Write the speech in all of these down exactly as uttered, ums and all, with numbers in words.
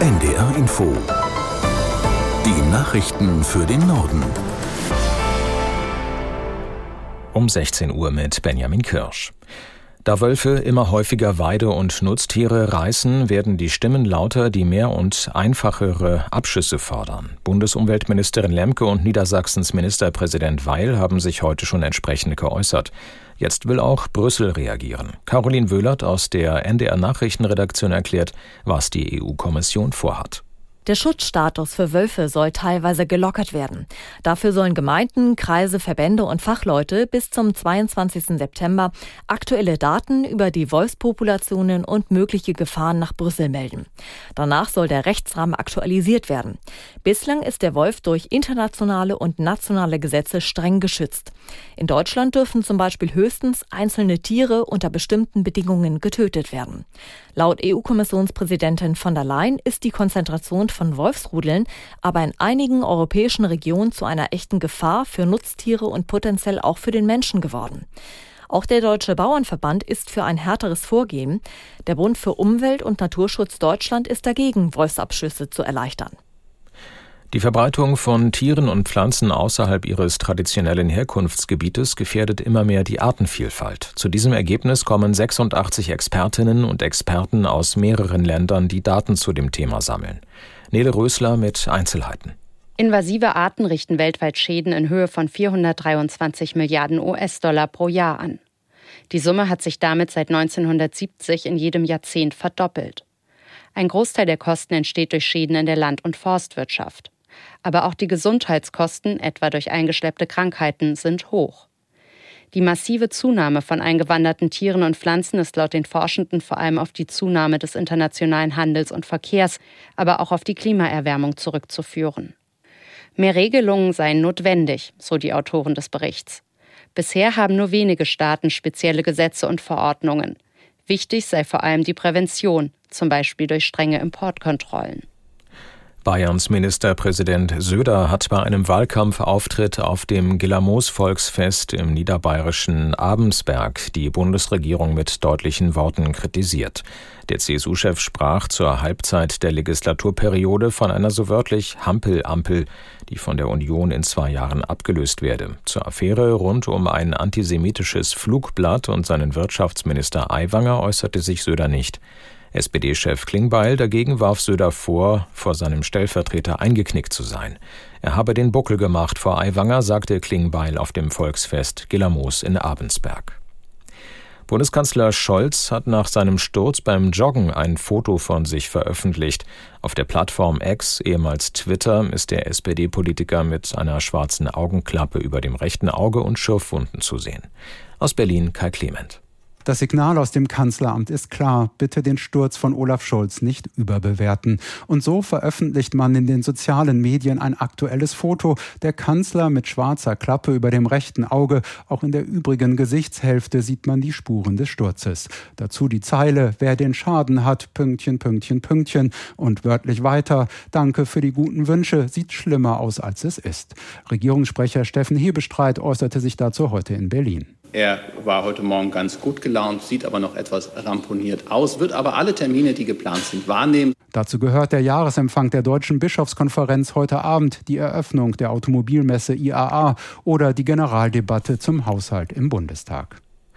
N D R Info. Die Nachrichten für den Norden. Um sechzehn Uhr mit Benjamin Kirsch. Da Wölfe immer häufiger Weide- und Nutztiere reißen, werden die Stimmen lauter, die mehr und einfachere Abschüsse fordern. Bundesumweltministerin Lemke und Niedersachsens Ministerpräsident Weil haben sich heute schon entsprechend geäußert. Jetzt will auch Brüssel reagieren. Caroline Wöhlert aus der N D R Nachrichtenredaktion erklärt, was die E U-Kommission vorhat. Der Schutzstatus für Wölfe soll teilweise gelockert werden. Dafür sollen Gemeinden, Kreise, Verbände und Fachleute bis zum zweiundzwanzigsten September aktuelle Daten über die Wolfspopulationen und mögliche Gefahren nach Brüssel melden. Danach soll der Rechtsrahmen aktualisiert werden. Bislang ist der Wolf durch internationale und nationale Gesetze streng geschützt. In Deutschland dürfen zum Beispiel höchstens einzelne Tiere unter bestimmten Bedingungen getötet werden. Laut E U-Kommissionspräsidentin von der Leyen ist die Konzentration von Wolfsrudeln aber in einigen europäischen Regionen zu einer echten Gefahr für Nutztiere und potenziell auch für den Menschen geworden. Auch der Deutsche Bauernverband ist für ein härteres Vorgehen. Der Bund für Umwelt und Naturschutz Deutschland ist dagegen, Wolfsabschüsse zu erleichtern. Die Verbreitung von Tieren und Pflanzen außerhalb ihres traditionellen Herkunftsgebietes gefährdet immer mehr die Artenvielfalt. Zu diesem Ergebnis kommen sechsundachtzig Expertinnen und Experten aus mehreren Ländern, die Daten zu dem Thema sammeln. Nele Rösler mit Einzelheiten. Invasive Arten richten weltweit Schäden in Höhe von vierhundertdreiundzwanzig Milliarden U S-Dollar pro Jahr an. Die Summe hat sich damit seit neunzehnhundertsiebzig in jedem Jahrzehnt verdoppelt. Ein Großteil der Kosten entsteht durch Schäden in der Land- und Forstwirtschaft. Aber auch die Gesundheitskosten, etwa durch eingeschleppte Krankheiten, sind hoch. Die massive Zunahme von eingewanderten Tieren und Pflanzen ist laut den Forschenden vor allem auf die Zunahme des internationalen Handels und Verkehrs, aber auch auf die Klimaerwärmung zurückzuführen. Mehr Regelungen seien notwendig, so die Autoren des Berichts. Bisher haben nur wenige Staaten spezielle Gesetze und Verordnungen. Wichtig sei vor allem die Prävention, zum Beispiel durch strenge Importkontrollen. Bayerns Ministerpräsident Söder hat bei einem Wahlkampfauftritt auf dem Gillermoos-Volksfest im niederbayerischen Abensberg die Bundesregierung mit deutlichen Worten kritisiert. Der C S U-Chef sprach zur Halbzeit der Legislaturperiode von einer so wörtlich Hampel-Ampel, die von der Union in zwei Jahren abgelöst werde. Zur Affäre rund um ein antisemitisches Flugblatt und seinen Wirtschaftsminister Aiwanger äußerte sich Söder nicht. S P D-Chef Klingbeil dagegen warf Söder vor, vor seinem Stellvertreter eingeknickt zu sein. Er habe den Buckel gemacht vor Aiwanger, sagte Klingbeil auf dem Volksfest Gillermoos in Abensberg. Bundeskanzler Scholz hat nach seinem Sturz beim Joggen ein Foto von sich veröffentlicht. Auf der Plattform X, ehemals Twitter, ist der S P D-Politiker mit einer schwarzen Augenklappe über dem rechten Auge und Schürfwunden zu sehen. Aus Berlin Kai Clement. Das Signal aus dem Kanzleramt ist klar, bitte den Sturz von Olaf Scholz nicht überbewerten. Und so veröffentlicht man in den sozialen Medien ein aktuelles Foto. Der Kanzler mit schwarzer Klappe über dem rechten Auge. Auch in der übrigen Gesichtshälfte sieht man die Spuren des Sturzes. Dazu die Zeile, wer den Schaden hat, Pünktchen, Pünktchen, Pünktchen. Und wörtlich weiter, danke für die guten Wünsche, sieht schlimmer aus, als es ist. Regierungssprecher Steffen Hebestreit äußerte sich dazu heute in Berlin. Er war heute Morgen ganz gut gelaunt, sieht aber noch etwas ramponiert aus, wird aber alle Termine, die geplant sind, wahrnehmen. Dazu gehört der Jahresempfang der Deutschen Bischofskonferenz heute Abend, die Eröffnung der Automobilmesse I A A oder die Generaldebatte zum Haushalt im Bundestag.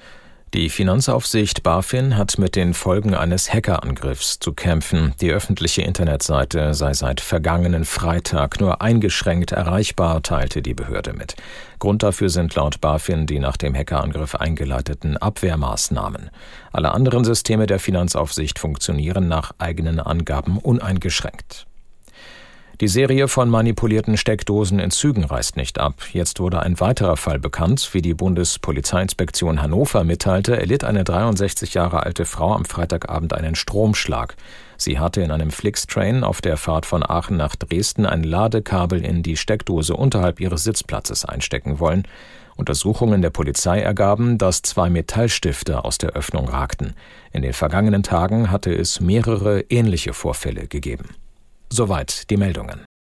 Die Finanzaufsicht BaFin hat mit den Folgen eines Hackerangriffs zu kämpfen. Die öffentliche Internetseite sei seit vergangenen Freitag nur eingeschränkt erreichbar, teilte die Behörde mit. Grund dafür sind laut BaFin die nach dem Hackerangriff eingeleiteten Abwehrmaßnahmen. Alle anderen Systeme der Finanzaufsicht funktionieren nach eigenen Angaben uneingeschränkt. Die Serie von manipulierten Steckdosen in Zügen reißt nicht ab. Jetzt wurde ein weiterer Fall bekannt. Wie die Bundespolizeiinspektion Hannover mitteilte, erlitt eine dreiundsechzig Jahre alte Frau am Freitagabend einen Stromschlag. Sie hatte in einem Flixtrain auf der Fahrt von Aachen nach Dresden ein Ladekabel in die Steckdose unterhalb ihres Sitzplatzes einstecken wollen. Untersuchungen der Polizei ergaben, dass zwei Metallstifte aus der Öffnung ragten. In den vergangenen Tagen hatte es mehrere ähnliche Vorfälle gegeben. Soweit die Meldungen.